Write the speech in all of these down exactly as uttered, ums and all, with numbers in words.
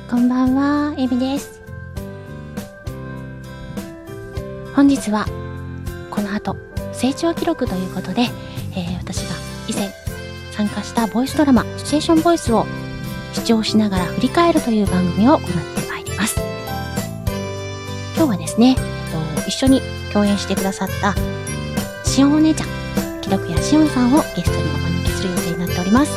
こんばんは、エミです。本日はこの後成長記録ということで、えー、私が以前参加したボイスドラマシチュエーションボイスを視聴しながら振り返るという番組を行ってまいります。今日はですね、えっと、一緒に共演してくださったしおんお姉ちゃん、記録やしおんさんをゲストにお招きする予定になっております。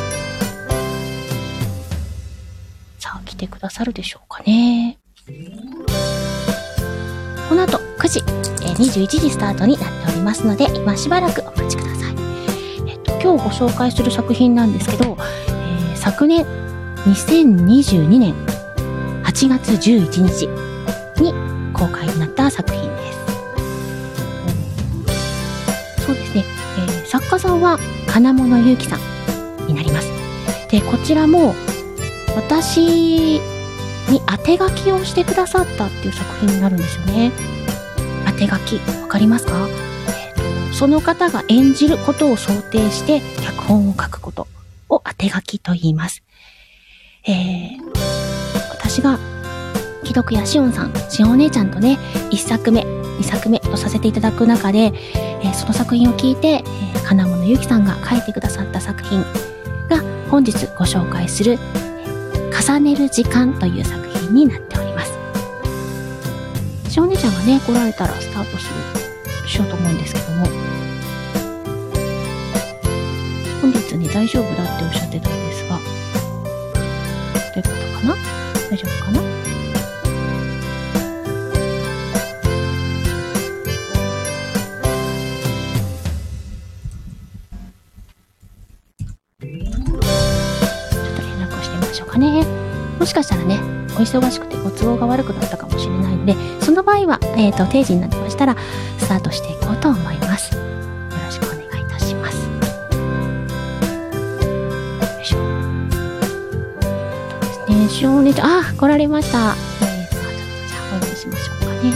さあ来てくださるでしょうかね。この後くじ、えー、にじゅういちじスタートになっておりますので、今しばらくお待ちください。えっと今日ご紹介する作品なんですけど、えー、昨年にせんにじゅうにねんはちがつじゅういちにちに公開になった作品です。そうですね、えー、作家さんは金物ゆうきさんになります。で、こちらも私に当て書きをしてくださったっていう作品になるんですよね。当て書きわかりますか？えーと、その方が演じることを想定して脚本を書くことを当て書きと言います。えー、私が既読やしおんさん、しおんお姉ちゃんとね、いっさくめ、にさくめとさせていただく中で、えー、その作品を聞いて、えー、金物ゆうきさんが書いてくださった作品が本日ご紹介する重ねる時間という作品になっております。しおんお姉ちゃんがね、来られたらスタートする、しようと思うんですけども、本日ね、大丈夫だっておっしゃってたんですが、どういうことかな？大丈夫かな？ね、もしかしたらね、お忙しくてご都合が悪くなったかもしれないので、その場合は、えっと、定時になってましたら、スタートしていこうと思います。よろしくお願いいたします。よいしょ。そうですね、しおんお姉ちゃん、あ、来られました。えー、スタート、じゃあ、お呼びしましょうかね。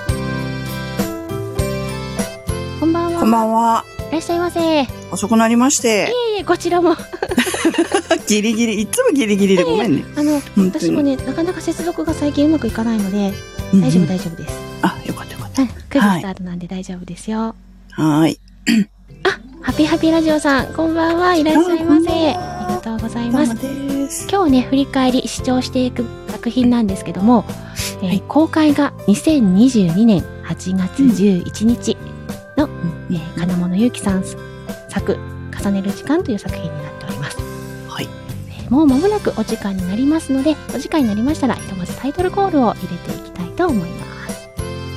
こんばんは。 こんばんは。 いらっしゃいませ。 遅くなりまして。 いえいえ、こちらも。 ギリギリ、いつもギリギリでごめんね。 あの、私もね、なかなか接続が最近うまくいかないので、うんうん、大丈夫大丈夫です。 あ、よかったよかった。 うん、くじスタートなんで大丈夫ですよ。 はい。 あ、ハピハピラジオさん、こんばんは、いらっしゃいませ。ありがとうございます。今日ね、振り返り、視聴していく作品なんですけども、えーはい、公開がにせんにじゅうにねんはちがつじゅういちにちの、うんえー、金物ゆうきさん作、重ねる時間という作品になっております。 はい。 もう間もなくお時間になりますので、お時間になりましたら、ひとまずタイトルコールを入れていきたいと思います。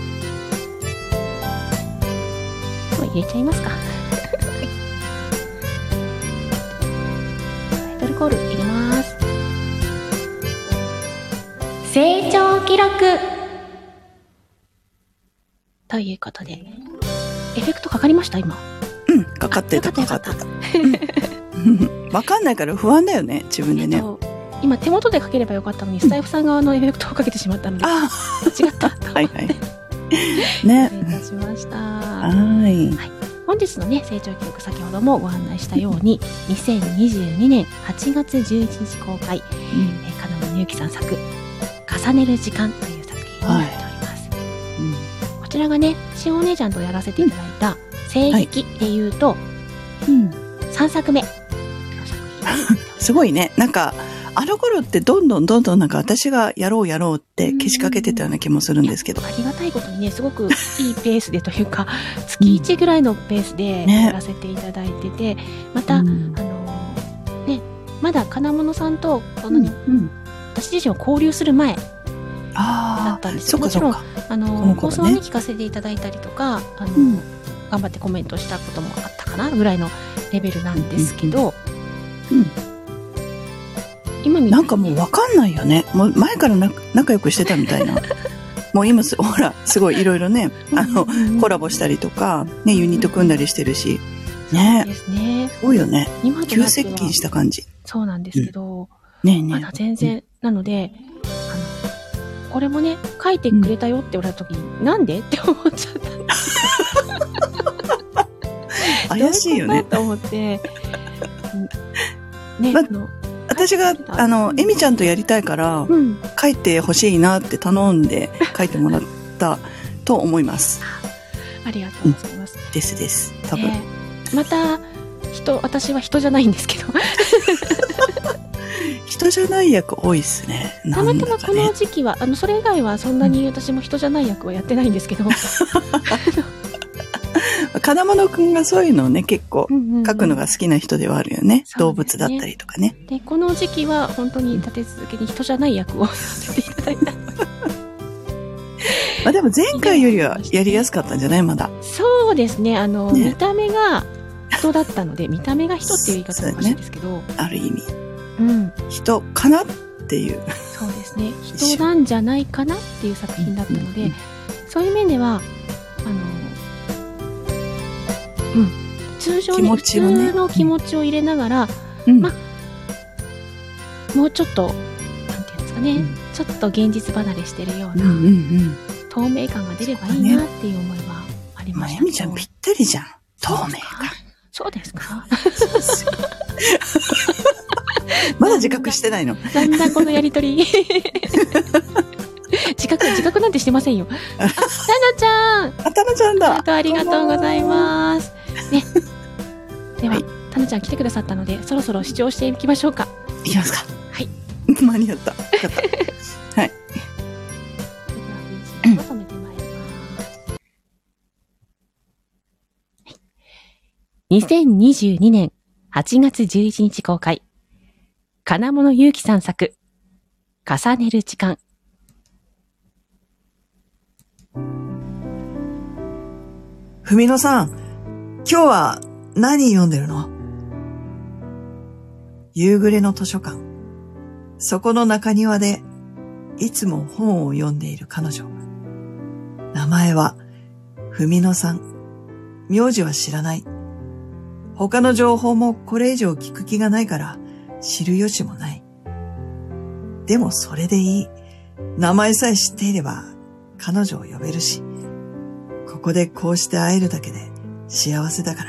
もう入れちゃいますか。タイトルコール入れます。成長記録ということで、エフェクトかかりました今？ うん、かかってた、かかってた。わかんないから不安だよね、自分でね。えっと、 今手元でかければよかったのに、スタイフさん側のエフェクトをかけてしまったので、あ間違った。はいはい。ね。失礼いたしました。はい。はい。本日のね、成長記録、先ほどもご案内したように、にせんにじゅうにねんはちがつじゅういちにち公開、うん、えー、金物ゆうきさん作、重ねる時間という作品になっております。はい、うん、こちらがね、しおんお姉ちゃんとやらせていただいた、声劇で言うと、はい、うん、さんさくめ。 すごいね。なんか、あの頃ってどんどんどんどんなんか私がやろうやろうってけしかけてたような気もするんですけど。 ありがたいことにね、すごくいいペースでというか、月いちぐらいのペースでやらせていただいてて、ね、また、うん、あの、ね、まだ金物さんと、うんうん、私自身を交流する前だったんですよ。もちろん、あの、放送に聞かせていただいたりとか、あの、うん、頑張ってコメントしたこともあったかなぐらいのレベルなんですけど、うんうん、今みたいになんかもうわかんないよね。もう前からな仲良くしてたみたいな。もう今す、ほら、すごいいろいろね、あの、コラボしたりとか、ね、ユニット組んだりしてるし、ね。 そうですね。 すごいよね。今急接近した感じ。 そうなんですけど、 うん、ねえねえ。 まだ全然、うん、なので、あの、これもね、書いてくれたよって言われた時に、うん、なんでって思っちゃった。 怪しいよね。 と思って、ね、 ま、あの私私が、あの、エミちゃんとやりたいから、うん、書いてほしいなって頼んで書いてもらったと思います。 ありがとうございます。 うん、ですです。多分。 ね、また、人、私は人じゃないんですけど。 人じゃない役多いっすね。 たまたまこの時期は、あの、それ以外はそんなに私も人じゃない役はやってないんですけど。 金物くんがそういうのをね、結構書くのが好きな人ではあるよね。うんうんうん、動物だったりとかね。 で、この時期は本当に立て続けに人じゃない役をさせていただいた。 まあでも前回よりはやりやすかったんじゃないまだ。 そうですね。あの、ね、見た目が人だったので、見た目が人っていう言い方もおかしいですけど。ね、 ある意味。 うん。 人かなっていう。 そうですね。人なんじゃないかなっていう作品だったので、うんうんうん、そういう面では、あの、うん、通常に、ね、普通の気持ちを入れながら、うん、まあもうちょっとなんていうんですかね、うん、ちょっと現実離れしてるような、うんうんうん、透明感が出ればいいなっていう思いはありました。 まあ、エミちゃんぴったりじゃん。透明感。 そうですか。 まだ自覚してないの。 なんだこのやりとり。自覚自覚なんてしてませんよ。あ、タナちゃん。 あ、タナちゃんだ。 ありがとうございます。ね。では、はい、タナちゃん来てくださったので、そろそろ視聴していきましょうか。 いきますか。 はい。 間に合った。よかった。はい。 では、止めてまいります。はい。にせんにじゅうにねんはちがつじゅういちにち公開。金物ゆうきさん作。重ねる時間。 ふみのさん、今日は何読んでるの？夕暮れの図書館。そこの中庭でいつも本を読んでいる彼女。名前はふみのさん。名字は知らない。他の情報もこれ以上聞く気がないから知る由もない。でもそれでいい。名前さえ知っていれば彼女を呼べるし、ここでこうして会えるだけで幸せだから。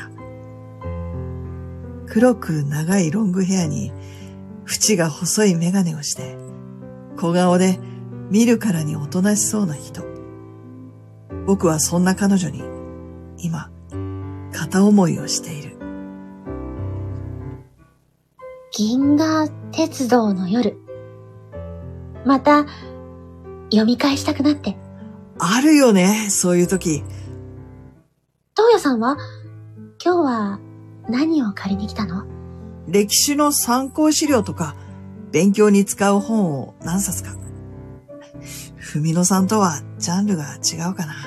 黒く長いロングヘアに縁が細い眼鏡をして、小顔で見るからにおとなしそうな人。僕はそんな彼女に今片思いをしている。 銀河鉄道の夜。また読み返したくなって。 あるよね、そういう時。 トウヤさんは今日は何を借りに来たの？ 歴史の参考資料とか勉強に使う本を何冊か。ふみのさんとはジャンルが違うかな。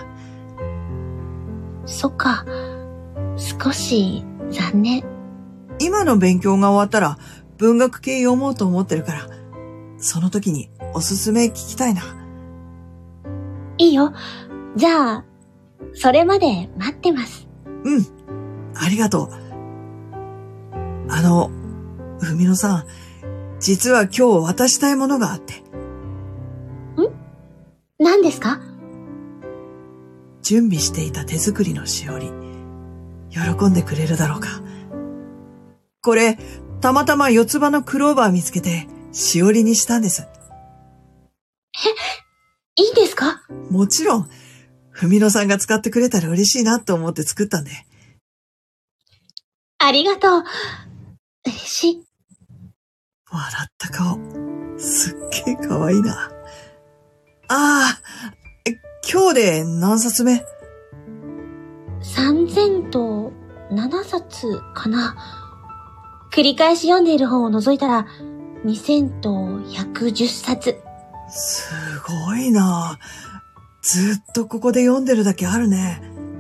そっか、少し残念。 今の勉強が終わったら文学系読もうと思ってるから、その時におすすめ聞きたいな。 いいよ。じゃあ、それまで待ってます。 うん。ありがとう。あの、ふみのさん、実は今日渡したいものがあって。ん？ 何ですか？ 準備していた手作りのしおり。喜んでくれるだろうか。これ、たまたま四つ葉のクローバー見つけて、しおりにしたんです。 え、いいんですか？ もちろん、ふみのさんが使ってくれたら嬉しいなと思って作ったんで。 ありがとう。嬉しい。 笑った顔、すっげえ可愛いな。ああ、今日で何冊目？ さんぜんとななさつかな。繰り返し読んでいる本を除いたらにせんとひゃくじゅっさつ。 すごいな。ずっとここで読んでるだけあるね。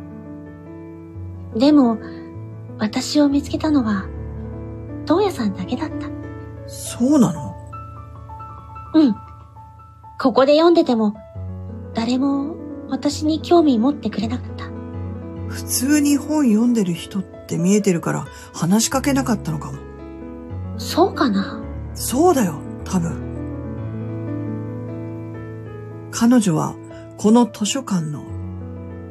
でも私を見つけたのはトウヤさんだけだった。 そうなの？ うん。ここで読んでても誰も私に興味持ってくれなかった。 普通に本読んでる人って見えてるから話しかけなかったのかも。 そうかな？ そうだよ、多分。彼女はこの図書館の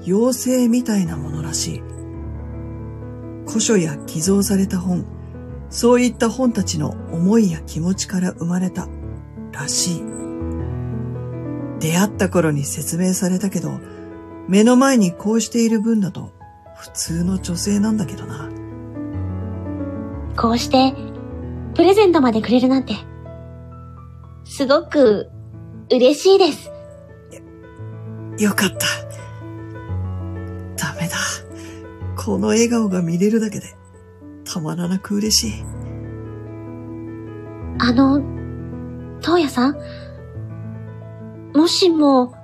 妖精みたいなものらしい。古書や寄贈された本、 そういった本たちの思いや気持ちから生まれたらしい。出会った頃に説明されたけど、目の前にこうしている分だと普通の女性なんだけどな。 こうしてプレゼントまでくれるなんて、すごく嬉しいです。 よかった。ダメだ。この笑顔が見れるだけでたまらなく嬉しい。 あの、トウヤさん、もしも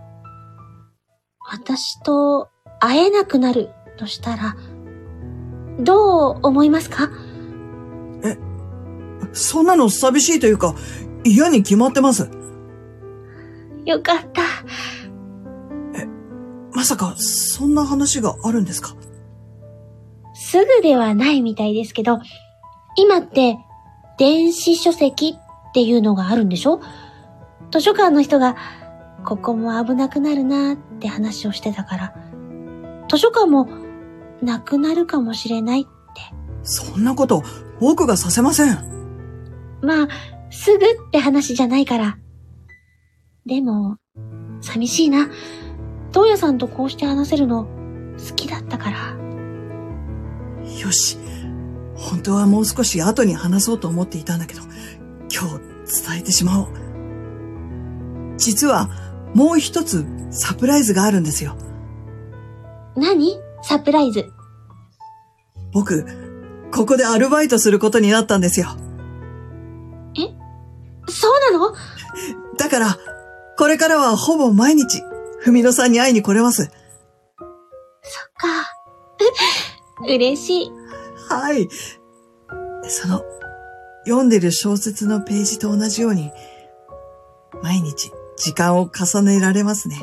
私と会えなくなるとしたらどう思いますか？ え、そんなの寂しいというか嫌に決まってます。 よかった。 え、まさかそんな話があるんですか？ すぐではないみたいですけど、今って電子書籍っていうのがあるんでしょ？図書館の人がここも危なくなるなって話をしてたから、図書館もなくなるかもしれないって。 そんなこと僕がさせません。 まあ、すぐって話じゃないから。でも、寂しいな。トウヤさんとこうして話せるの好きだったから。 よし。本当はもう少し後に話そうと思っていたんだけど、今日伝えてしまおう。実はもう一つサプライズがあるんですよ。 何？サプライズ。 僕、ここでアルバイトすることになったんですよ。 え？そうなの？ だから、これからはほぼ毎日、文野さんに会いに来れます。そっか。嬉しい。 はい。その、読んでる小説のページと同じように、毎日時間を重ねられますね。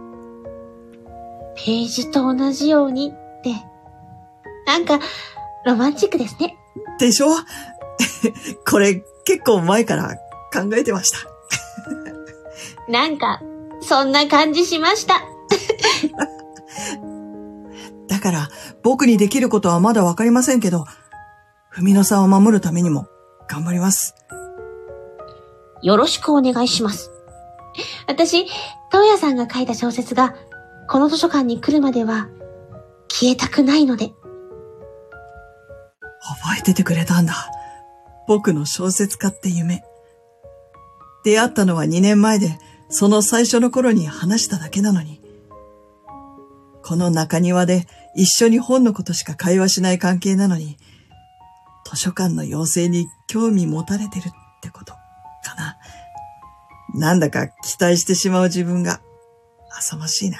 ページと同じようにって、なんかロマンチックですね。 でしょ？これ結構前から考えてました。 なんか、そんな感じしました。 だから、僕にできることはまだわかりませんけど、文野さんを守るためにも頑張ります。 よろしくお願いします。私、トウヤさんが書いた小説が、この図書館に来るまでは、消えたくないので。 覚えててくれたんだ。僕の小説家って夢。出会ったのはにねんまえで、その最初の頃に話しただけなのに。この中庭で一緒に本のことしか会話しない関係なのに、図書館の要請に興味持たれてるってことかな。なんだか期待してしまう自分が浅ましいな。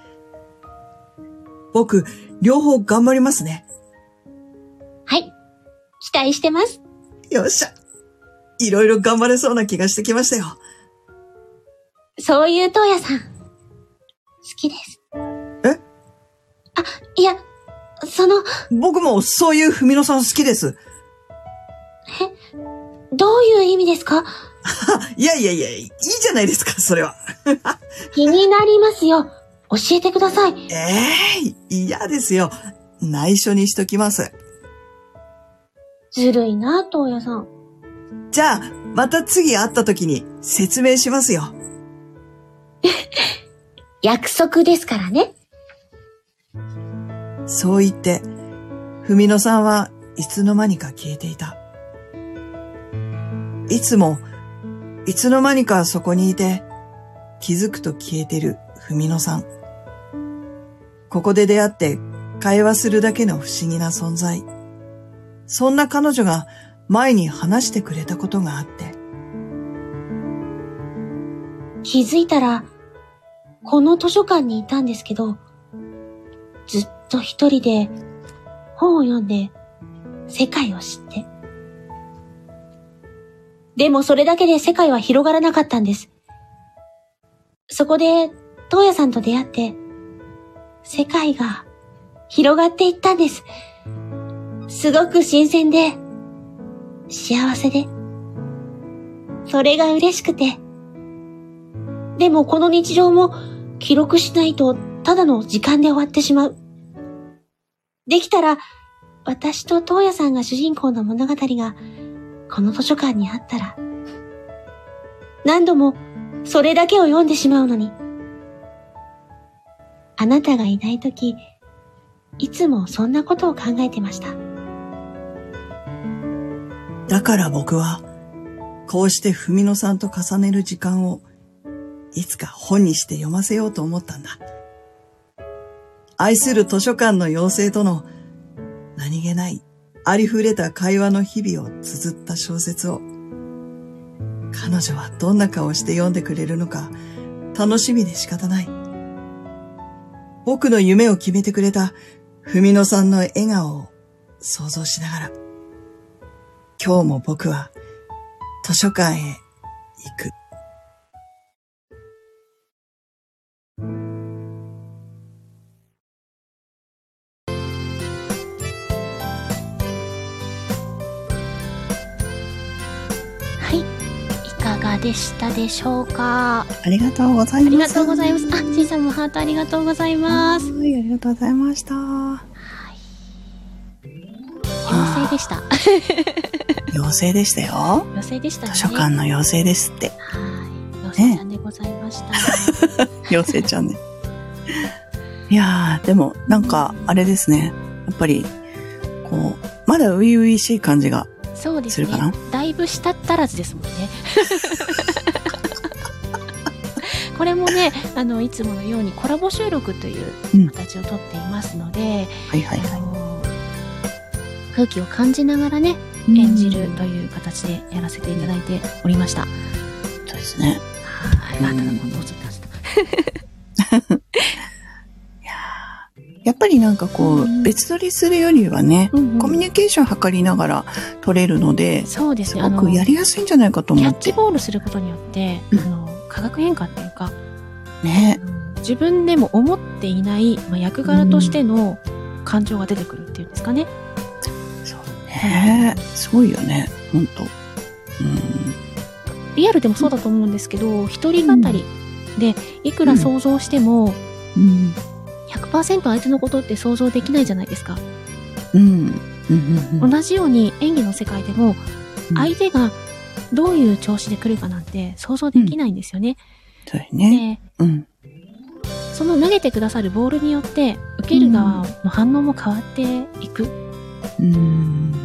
僕、両方頑張りますね。 はい。期待してます。 よっしゃ。いろいろ頑張れそうな気がしてきましたよ。 そういうトウヤさん、好きです。 え？ あ、いや、その。 僕もそういう文野さん好きです。 え？どういう意味ですか？ いやいやいや、いいじゃないですか、それは。 気になりますよ。教えてください。 ええー、嫌ですよ。内緒にしときます。 ずるいな、トウヤさん。 じゃあ、また次会った時に説明しますよ。 約束ですからね。 そう言って、文野さんはいつの間にか消えていた。いつも、いつの間にかそこにいて、気づくと消えてる文野さん。ここで出会って会話するだけの不思議な存在。そんな彼女が前に話してくれたことがあって。 気づいたら、この図書館にいたんですけど、ずっと一人で本を読んで世界を知って。でもそれだけで世界は広がらなかったんです。そこでトウヤさんと出会って、世界が広がっていったんです。すごく新鮮で、幸せで、それが嬉しくて。でもこの日常も記録しないとただの時間で終わってしまう。できたら、私とトウヤさんが主人公の物語がこの図書館にあったら、何度もそれだけを読んでしまうのに。あなたがいないとき、いつもそんなことを考えてました。 だから僕は、こうして文野さんと重ねる時間を、いつか本にして読ませようと思ったんだ。愛する図書館の妖精との何気ないありふれた会話の日々を綴った小説を、彼女はどんな顔して読んでくれるのか楽しみで仕方ない。僕の夢を決めてくれた文野さんの笑顔を想像しながら、今日も僕は図書館へ行く。 でしたでしょうか。 ありがとうございます。 ありがとうございます。あ、ちいさんもハートありがとうございます。 はい、ありがとうございました。 はい。妖精でした。 妖精でしたよ。 妖精でしたね。 図書館の妖精ですって。 はい。妖精ちゃんでございました。 ね、妖精ちゃんね。いやー、でもなんかあれですね。やっぱりこうまだ初々しい感じが。 そうですね。だいぶ舌足らずですもんね。これもね、あのいつものようにコラボ収録という形をとっていますので、うん、はいはいはい、あの空気を感じながらね、演じるという形でやらせていただいておりました。 そうですね。 はい、あ、ただもうどうしました。 やっぱりなんかこう、うん、別撮りするよりはね、うんうん、コミュニケーション図りながら撮れるので、 そうですね。 すごくやりやすいんじゃないかと思って。 キャッチボールすることによって、うん、あの化学変化っていうか、 ね、 自分でも思っていない、まあ、役柄としての感情が出てくるっていうんですかね。 うん、そうね、すごいよね、本当。うん。 リアルでもそうだと思うんですけど、一人語りでいくら想像しても、うんうんひゃくパーセント 相手のことって想像できないじゃないですか。 うん。うんうんうん、 同じように演技の世界でも、相手がどういう調子で来るかなんて想像できないんですよね。 うん、そうですね。 で、うん。その投げてくださるボールによって、受ける側の反応も変わっていく。うん、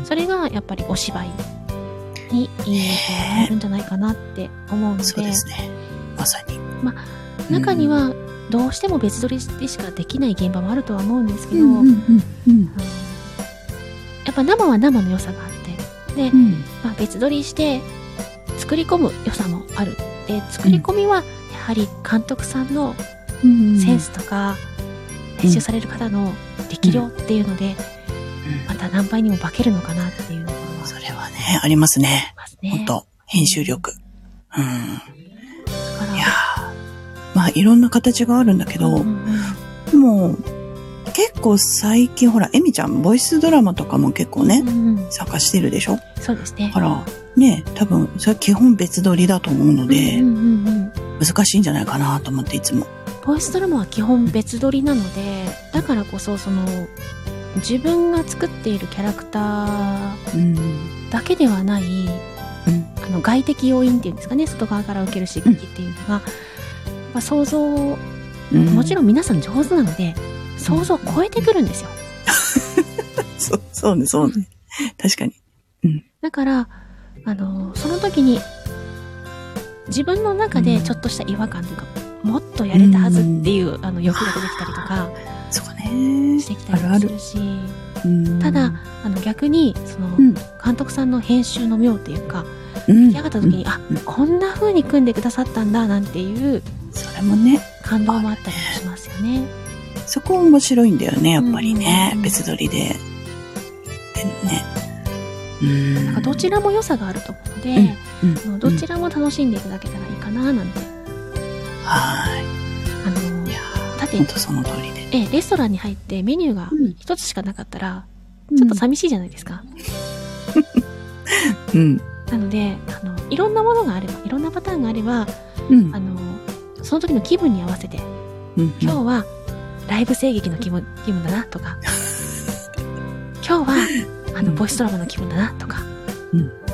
それがやっぱりお芝居にいい影響があるんじゃないかなって思うので。 そうですね。まさに。 まあ、中には、どうしても別撮りでしかできない現場もあるとは思うんですけど、うんうんうんうん、やっぱ生は生の良さがあってで、うんまあ、別撮りして作り込む良さもあるで作り込みはやはり監督さんのセンスとか、うん、編集される方の力量っていうので、うん、また何倍にも化けるのかなっていうところはそれはねありますね。本当編集力、うん、だからいやまあいろんな形があるんだけど、うんうん、もう結構最近ほらエミちゃんボイスドラマとかも結構ね、うんうん、参加してるでしょ。 そうですね。 だからね多分それは基本別撮りだと思うので、うんうんうん、難しいんじゃないかなと思っていつも。 ボイスドラマは基本別撮りなのでだからこそその自分が作っているキャラクターだけではない、うん、あの外的要因っていうんですかね外側から受ける刺激っていうのが、うんまあ、想像、うん、もちろん皆さん上手なので想像を超えてくるんですよ。 そう、そうね、そうね。確かに。うん、だから、あの、その時に自分の中でちょっとした違和感というか、うん、もっとやれたはずっていう、うん、あの欲が出てきたりとか、 そうね。 してきたりもするし、あるあるうん、ただ、あの逆に、その、うん、監督さんの編集の妙っていうか、出来上がった時に、うん、あ、こんな風に組んでくださったんだ、なんていう、 それもね、 感動もあったりもしますよね。 そこ面白いんだよね、やっぱりね。うんうん、別撮りで。でね。 うん。なんかどちらも良さがあると思うので、うんうん、どちらも楽しんでいただけたらいいかな、なんて。 はい。あの、いやだって、 ほんとその通りで。 え、レストランに入ってメニューが一つしかなかったら、うん、ちょっと寂しいじゃないですか。 うん。 なので、あの、いろんなものがあれば、いろんなパターンがあれば、うん、あの、その時の気分に合わせて、うんうん、今日はライブ声劇の気分、気分だなとか、今日はあのボイスドラマの気分だなとか、うん、感じ 、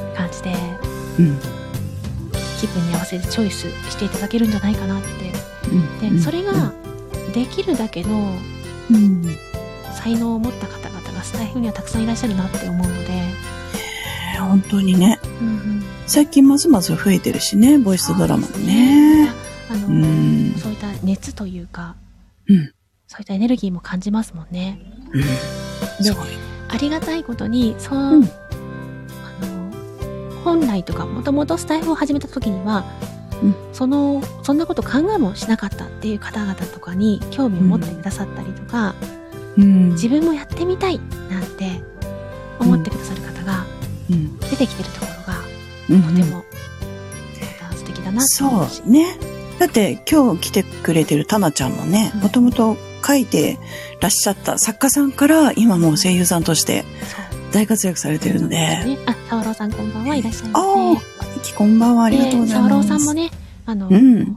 うん。 気分に合わせてチョイスしていただけるんじゃないかなって。 うん。 で、それができるだけのうん。 才能を持った方々がスタイフにはたくさんいらっしゃるなって思うので。 えー、本当にね。 うんうん、 最近ますます増えてるしね、ボイスドラマもね。 あの、 うん、 そういった熱というか、 うん、 そういったエネルギーも感じますもんね。 うん、 で、ありがたいことに、そう、 うん、 あの、本来とか、もともとスタイフを始めた時には、うん、その、そんなこと考えもしなかったっていう方々とかに興味を持ってくださったりとか、うん、自分もやってみたいなんて思ってくださる方が出てきてるところが、うん、とても、また素敵だなって思うし。 そうね。だって今日来てくれてるタナちゃんもね、もともと書いてらっしゃった作家さんから今もう声優さんとして大活躍されてるんで。 ね、あ、サワローさんこんばんはいらっしゃいませ。 ああ、こんばんは、ありがとうございます。 サワローさんもね、あの、うん、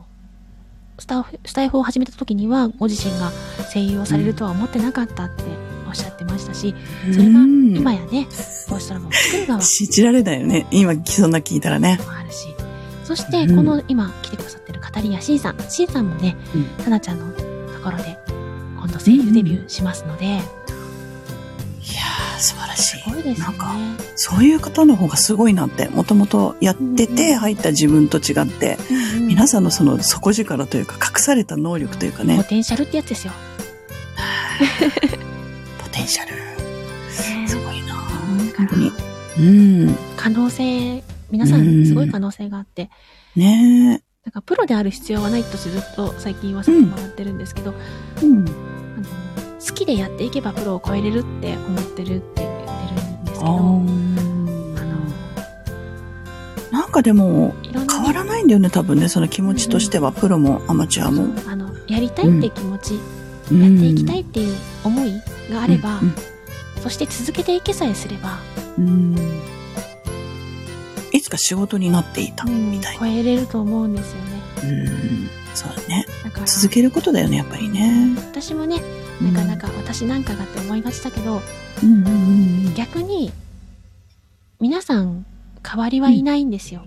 スタイフ、スタイフを始めた時にはご自身が声優をされるとは思ってなかったっておっしゃってましたし、それが今やね、ボイスドラマを作る側。 信じられないよね。今そんな聞いたらね。 あるし。そして、この今来てくださってる語りやしんさん。しんさんもね、タナちゃんのところで今度声優デビューしますので。いやー、素晴らしい。 すごいですね。なんか、 そういう方の方がすごいなって、もともとやってて入った自分と違って、うんうん、皆さんのその底力というか隠された能力というかね。 ポテンシャルってやつですよ。 ポテンシャル。すごいな本当に。うん。可能性、皆さんすごい可能性があって。 ねえ。 なんかプロである必要はないとずっと最近言わせてもらってるんですけど、うん、あの好きでやっていけばプロを超えれるって思ってるって言ってるんですけど、あのなんかでも変わらないんだよね、多分ね、その気持ちとしては、うん、プロもアマチュアも。 あのやりたいって気持ち、うん、やっていきたいっていう思いがあれば、うんうん、そして続けていけさえすれば、うんいつか仕事になっていたみたいな、 うん、超えれると思うんですよね。 うん、そうだね。だから続けることだよね、やっぱりね。 私もね、なかなか私なんかがって思いがちだけど、うんうんうん、逆に皆さん変わりはいないんですよ。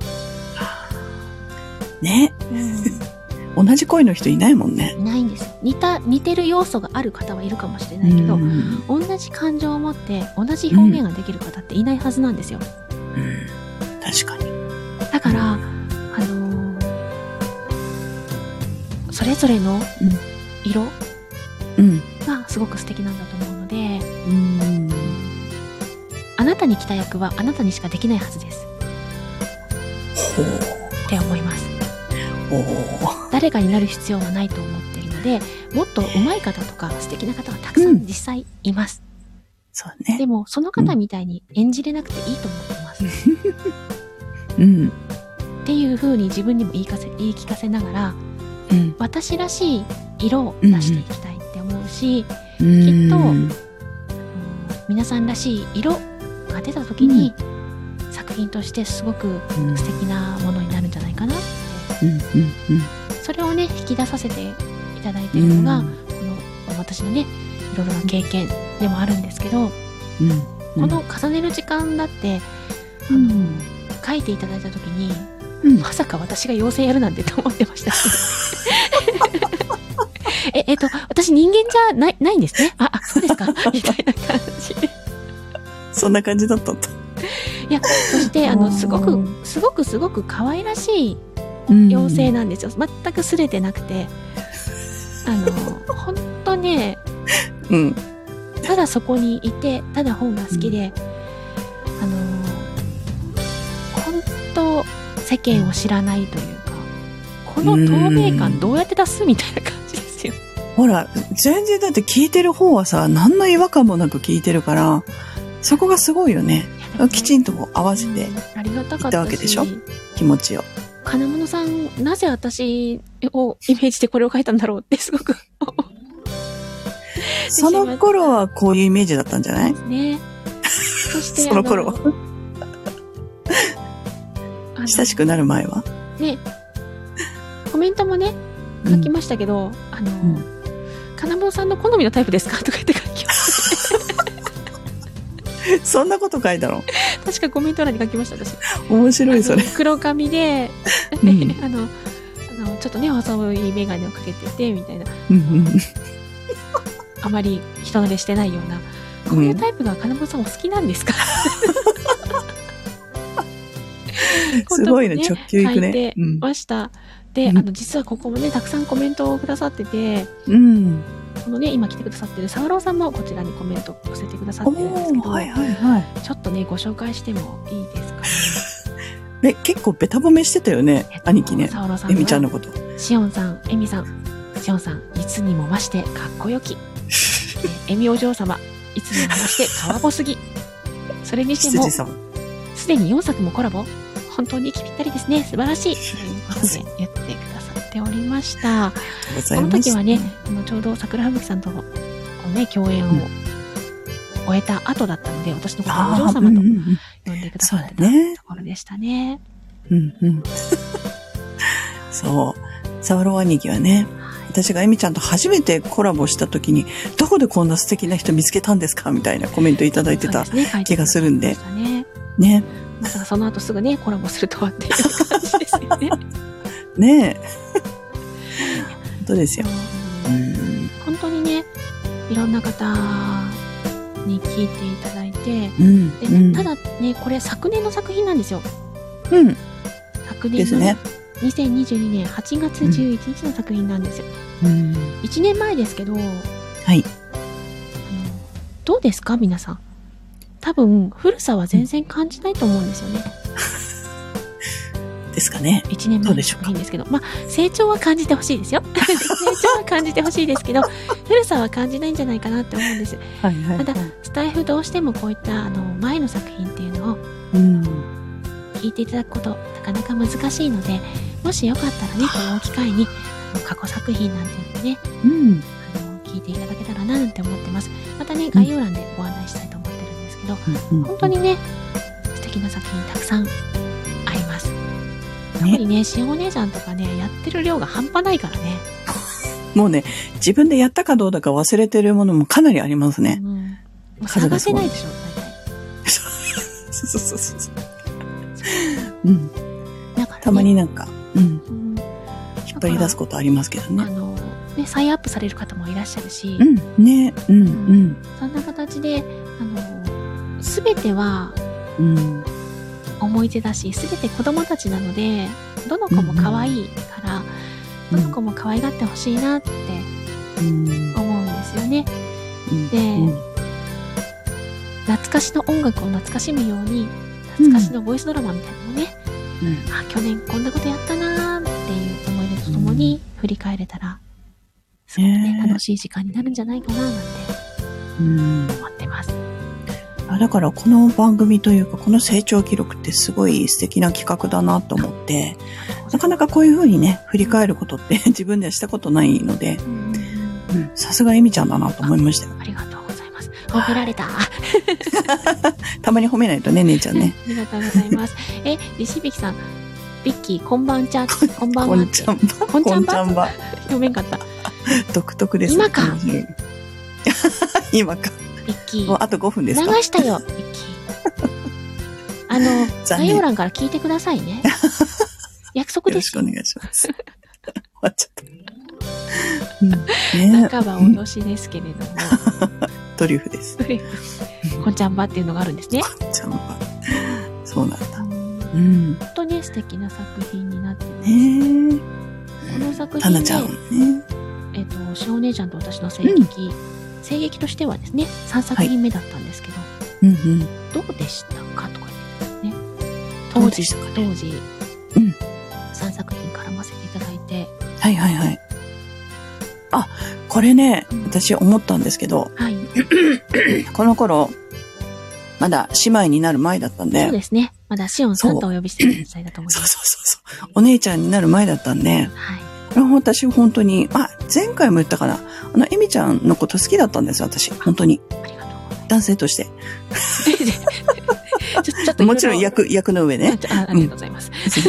うん、ね、うん、同じ声の人いないもんね。 いないんですよ。似た似てる要素がある方はいるかもしれないけど、うん、同じ感情を持って同じ表現ができる方っていないはずなんですよ。 うんうん確かに。 だから、あのー、それぞれの色がすごく素敵なんだと思うので、うん、あなたに来た役はあなたにしかできないはずです。 ほう。 って思います。 ほう。 誰かになる必要はないと思っているので、もっと上手い方とか素敵な方はたくさん実際います。 うん、そうね。 でも、その方みたいに演じれなくていいと思ってます。 うん、 っていう風に自分にも言いかせ、言い聞かせながら、うん、私らしい色を出していきたいって思うし、うん、きっと、うん、皆さんらしい色が出た時に、うん、作品としてすごく素敵なものになるんじゃないかなって、うんうんうん、それをね引き出させていただいているのが、うん、この私のねいろいろな経験でもあるんですけど、うんうん、この重ねる時間だってあの、うん書いていただいたときに、うん、まさか私が妖精やるなんてと思ってましたしえ、えっと、私人間じゃない、ないんですね。あ、あ、そうですかみたいな感じで。 そんな感じだったんだ。 いや、そして、あの、すごく、すごくすごく可愛らしい妖精なんですよ。うん、全くすれてなくて。あの、ほんとね、うん、ただそこにいて、ただ本が好きで、うん、あの、と世間を知らないというか、この透明感どうやって出すみたいな感じですよ。 ほら、全然だって聞いてる方はさ、何の違和感もなく聞いてるから、そこがすごいよね。ねきちんと合わせていったわけでしょ、気持ちを。 金物さん、なぜ私をイメージでこれを書いたんだろうってすごくその頃はこういうイメージだったんじゃないね。 そしてその頃は親しくなる前はね、コメントもね書きましたけど、うん、あの、うん、金物さんの好みのタイプですかとか言って書きましたそんなこと書いたの？ 確かコメント欄に書きました、私。 面白い、それ。 黒髪で、 うん、 あの、あの、ちょっとね、細いメガネをかけてて、みたいな。 うんうん、 あまり人慣れしてないような。こういうタイプが金本さんお好きなんですか？ すごいね、直球いくね。 書いてました。うん、で、あの、実はここもね、たくさんコメントをくださってて、 うん。 このね、今来てくださってる沢朗さんもこちらにコメントを寄せてくださってるんですけど、 はいはいはい。 ちょっとね、ご紹介してもいいですかね。え、結構ベタ褒めしてたよね、えっと、兄貴ね。沢朗さん。エミちゃんのこと。 しおんさん、エミさん、しおんさん、いつにも増してかっこよき。エミお嬢様、いつにも増してかわぼすぎ。それにしても、すでによんさくもコラボ。本当に息ぴったりですね。素晴らしい。ということで言ってくださっておりました。この時はね、あのちょうど桜吹雪さんとこう、ね、共演を終えた後だったので、うん、私のことをお嬢様と呼んでくださってたところでしたね。 うんうん。そう。沢朗兄貴はね、私がエミちゃんと初めてコラボした時に、どこでこんな素敵な人見つけたんですかみたいなコメントいただいてた気がするんで。 ね。 ね。 まさかその後すぐね、コラボするとはっていう感じですよね。 ねえ。本当ですよ。 うん、本当にね、いろんな方に聞いていただいて、 うんでね、うん、ただね、これ昨年の作品なんですよ。 うん。 昨年のね、にせんにじゅうにねんはちがつじゅういちにちの作品なんですよ。 うん、 いちねんまえですけど、はい。 あの、 どうですか皆さん。多分、古さは全然感じないと思うんですよね。 ですかね。 いちねんまえの作品ですけど。まあ、成長は感じてほしいですよ。成長は感じてほしいですけど、古さは感じないんじゃないかなって思うんです。 はいはいはい、 ただ、スタイフどうしてもこういった、あの、前の作品っていうのを、聞いていただくこと、なかなか難しいので、もしよかったらね、この機会に、あの過去作品なんていうのね、 うん、 あの、聞いていただけたらななんて思ってます。またね、概要欄でご案内したいと思ってるんですけど、うん、本当にね、素敵な作品たくさんあります。特にね、しお姉ちゃんとかね、やってる量が半端ないからね。 もうね、自分でやったかどうだか忘れてるものもかなりありますね。 うん、もう探せないでしょ、大体。 そうそうそうそう。うん。だから、ね、たまになんか、うん、うん。引っ張り出すことありますけどね。 あの、ね、再アップされる方もいらっしゃるし。 うん、ね、うん、うん。 そんな形で、あの、すべては、 うん。 思い出だし、すべて子供たちなので、どの子も可愛いから、うん、どの子も可愛がってほしいなって思うんですよね。うん、で、うん、懐かしの音楽を懐かしむように、懐かしのボイスドラマみたいなのもね、うん、あ、去年こんなことやったなーっていう思い出とともに振り返れたら、すごくね、楽しい時間になるんじゃないかななんて思ってます。 だからこの番組というかこの成長記録ってすごい素敵な企画だなと思って、なかなかこういう風にね振り返ることって自分ではしたことないので、さすがエミちゃんだなと思いましたよ。 ありがとうございます。褒められた。 たまに褒めないとね、姉ちゃんね。 ありがとうございます。え、リシビキさん、ビッキーこんばんちゃ、こんばんはって。こんちゃんば。 こんちゃんば。んば読めんかった。 独特です。 今か。 今か。 ビッキー。 もうあとごふんですか。 流したよ、ビッキー。あの、概要欄から聞いてくださいね。約束です。 よろしくお願いします。終わっちゃった。 ね、半ば脅しですけれども。 トリュフです。 トリュフ。こんちゃんばっていうのがあるんですね。 こんちゃんば。そうなんだ。 うん。本当に素敵な作品になってます。ねこの作品で、タナちゃんね。 えっと、しお姉ちゃんと私の声劇、うん、声劇としてはですね、さんさく品目だったんですけど、 はいうんうん、 どうでしたかとか言ってね。当時、当時、うん、さんさく品絡ませていただいて。 はいはいはい。あ、これね、うん、私思ったんですけど、 はい、 この頃、まだ姉妹になる前だったんで。 そうですね。まだシオンさんとお呼びしてる時代だと思います。 そうそうそうそう。お姉ちゃんになる前だったんで、はい、私本当に、あ、前回も言ったかな。あの、エミちゃんのこと好きだったんです、私。本当に。 ありがとうございます。 男性として。 ちょちょっともちろん役、役の上ね。 あ、ありがとうございます。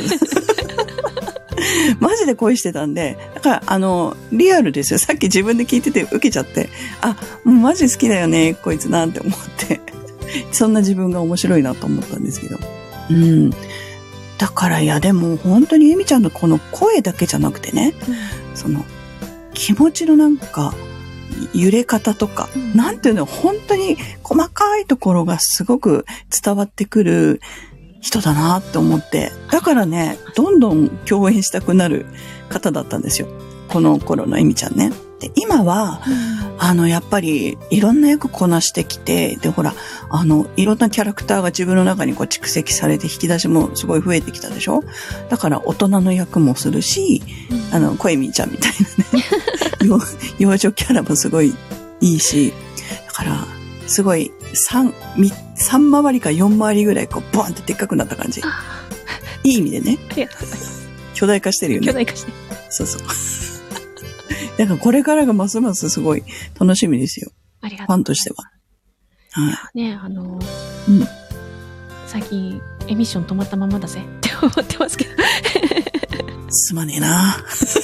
マジで恋してたんで、だから、あの、リアルですよ。さっき自分で聞いてて受けちゃって、あ、もうマジ好きだよね、こいつなんて思って。 そんな自分が面白いなと思ったんですけど。うん。だからいやでも本当にエミちゃんのこの声だけじゃなくてね、うん、その気持ちのなんか揺れ方とか、うん、なんていうの本当に細かいところがすごく伝わってくる人だなって思って、だからね、どんどん共演したくなる方だったんですよ。この頃のエミちゃんね。で、今は、うん、あの、やっぱり、いろんな役こなしてきて、で、ほら、あの、いろんなキャラクターが自分の中にこう蓄積されて、引き出しもすごい増えてきたでしょ？だから、大人の役もするし、うん、あの、コエミちゃんみたいなね、幼女キャラもすごいいいし、だから、すごい、三、三回りか四回りぐらい、こう、ボーンってでっかくなった感じ。いい意味でね。 ありがとうございます。 巨大化してるよね。 巨大化して。 そうそう。だからこれからがますますすごい楽しみですよ。 ありがとう。 ファンとしては。 はい。ね、あの、 うん、 最近エミッション止まったままだぜって思ってますけど。 すまねえな。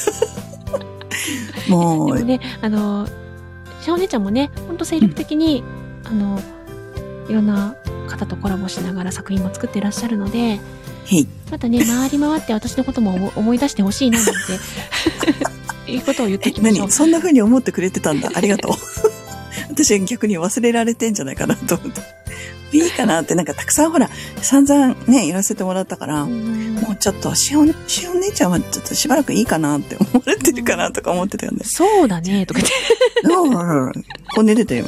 もう。 でもね、あの、シャオ姉ちゃんもね、ほんと精力的に、うん、あの、いろんな方とコラボしながら作品も作ってらっしゃるので、またね、回り回って私のことも思い出してほしいななんて。いうことを言ってきましょう。 何そんな風に思ってくれてたんだ。ありがとう。私は逆に忘れられてんじゃないかなと思って。いいかなって、なんかたくさんほら、散々ね、やらせてもらったから、もうちょっと、しおん、しおん姉ちゃんはちょっとしばらくいいかなって思われてるかなとか思ってたよね。 そうだね、とか言って。 こんで出てよ。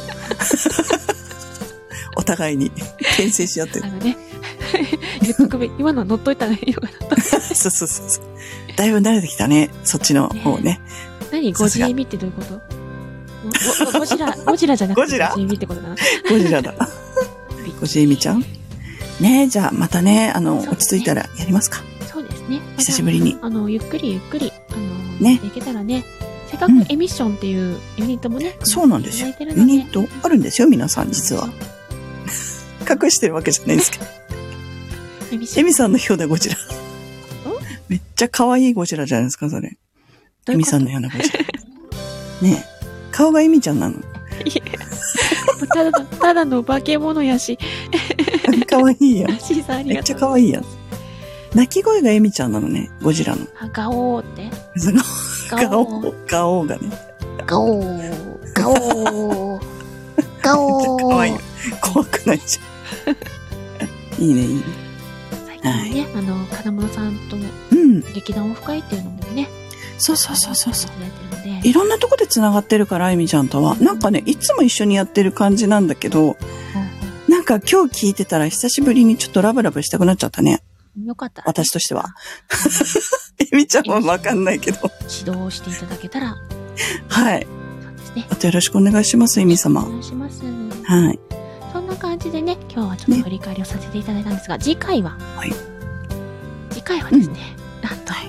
お互いに、牽制し合ってる。 あのね、言っとくべ、今のは乗っといたらいいのかなと。 そうそうそうそう。だいぶ慣れてきたね。そっちの方ね。ね何ゴジエミってどういうことゴジラ、ゴジラじゃなくてゴジラゴジエミってことかな。 ゴジラだ。ゴジエミちゃんねえ、じゃあまたね、あの、ね、落ち着いたらやりますか。 そうですね。 久しぶりに。 あの、ゆっくりゆっくり、あの、ね。できたらね、せっかくエミッションっていうユニットもね。 うん、そうなんですよ。ユニットあるんですよ、皆さん実は。隠してるわけじゃないですけど。エミさんのようなゴジラ。めっちゃ可愛いゴジラじゃないですか、それ。エミさんのようなゴジラ。ねえ。顔がエミちゃんなの。 ただ、ただの化け物やし。 可愛いやん。 めっちゃ可愛いやん。鳴き声がエミちゃんなのね、ゴジラの。 ガオーって。 ガオー。ガオーがね。 ガオー。ガオー。ガオー。 可愛い。怖くないじゃん。いいね、いいね。 最近ね、はい、あの、金物さんと劇団オフ会っていうのでもね。 そうそうそうそうそう。いろんなとこで繋がってるから、エミちゃんとは。うん、なんかね、いつも一緒にやってる感じなんだけど、うん、なんか今日聞いてたら久しぶりにちょっとラブラブしたくなっちゃったね。 よかった。 私としては。エミちゃんはわかんないけど。 指導していただけたら。 はい。 そうですね。 あとよろしくお願いします、エミ様。 お願いします。 はい。 そんな感じでね、今日はちょっと振り返りをさせていただいたんですが、ね、次回は、 はい、 次回はですね、うん、なんと、はい、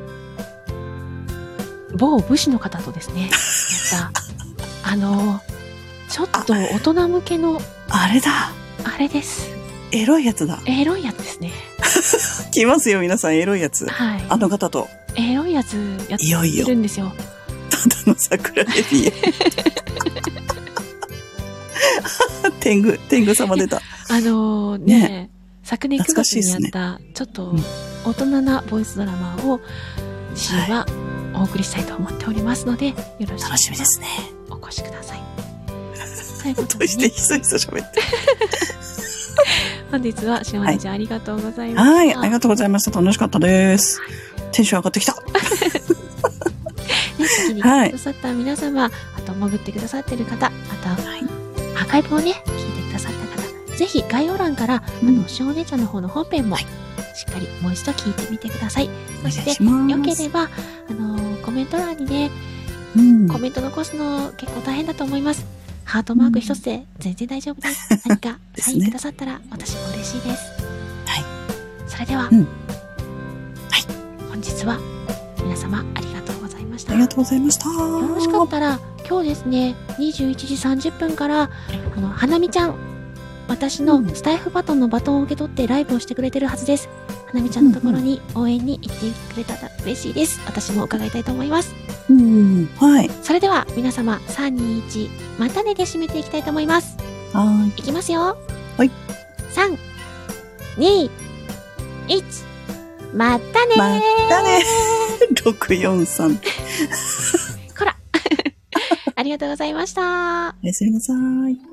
某武士の方とですね、やった、あの、ちょっと大人向けの、 あれだ。 あれです。 エロいやつだ。 エロいやつですね。 来ますよ、皆さん、エロいやつ。 はい。 あの方と。 エロいやつやってるんですよ。 ただの桜エビエ。天狗、天狗様出た。 あのー、ね, ね昨年くがつにやった、ね、ちょっと大人なボイスドラマを私はお送りしたいと思っておりますので、よろしく楽しみですね。 お越しください。 ということで、ね、どうしてひそひそ喋って本日はしおねちゃんありがとうございました。 はい、ありがとうございました。楽しかったです。はい、テンション上がってきた。 ね、先に来てくださった皆様、はい、あと潜ってくださってる方、あと、はい、アーカイブをね、聞いてくださった方、ぜひ概要欄から、うん、あの、しおねちゃんの方の本編も、しっかりもう一度聞いてみてください。そして、よければ、あのー、コメント欄にね、うん、コメント残すの結構大変だと思います。ハートマーク一つで全然大丈夫です。何かサインくださったら私も嬉しいです。 はい。 それでは、 うん、はい。 本日は皆様ありがとうございました。 ありがとうございました。 よろしかったら、今日ですね、にじゅういちじさんじゅっぷんから、あの、花見ちゃん、私のスタイフバトンのバトンを受け取ってライブをしてくれてるはずです。花見ちゃんのところに応援に行ってくれたら嬉しいです。私も伺いたいと思います。 うん、はい。 それでは皆様、さん、に、いち、またねで締めていきたいと思います。 はい。 いきますよ。 はい。 に、いち、またねー。 またねろくよんさん。 こら。ありがとうございました。 おやすみなさい。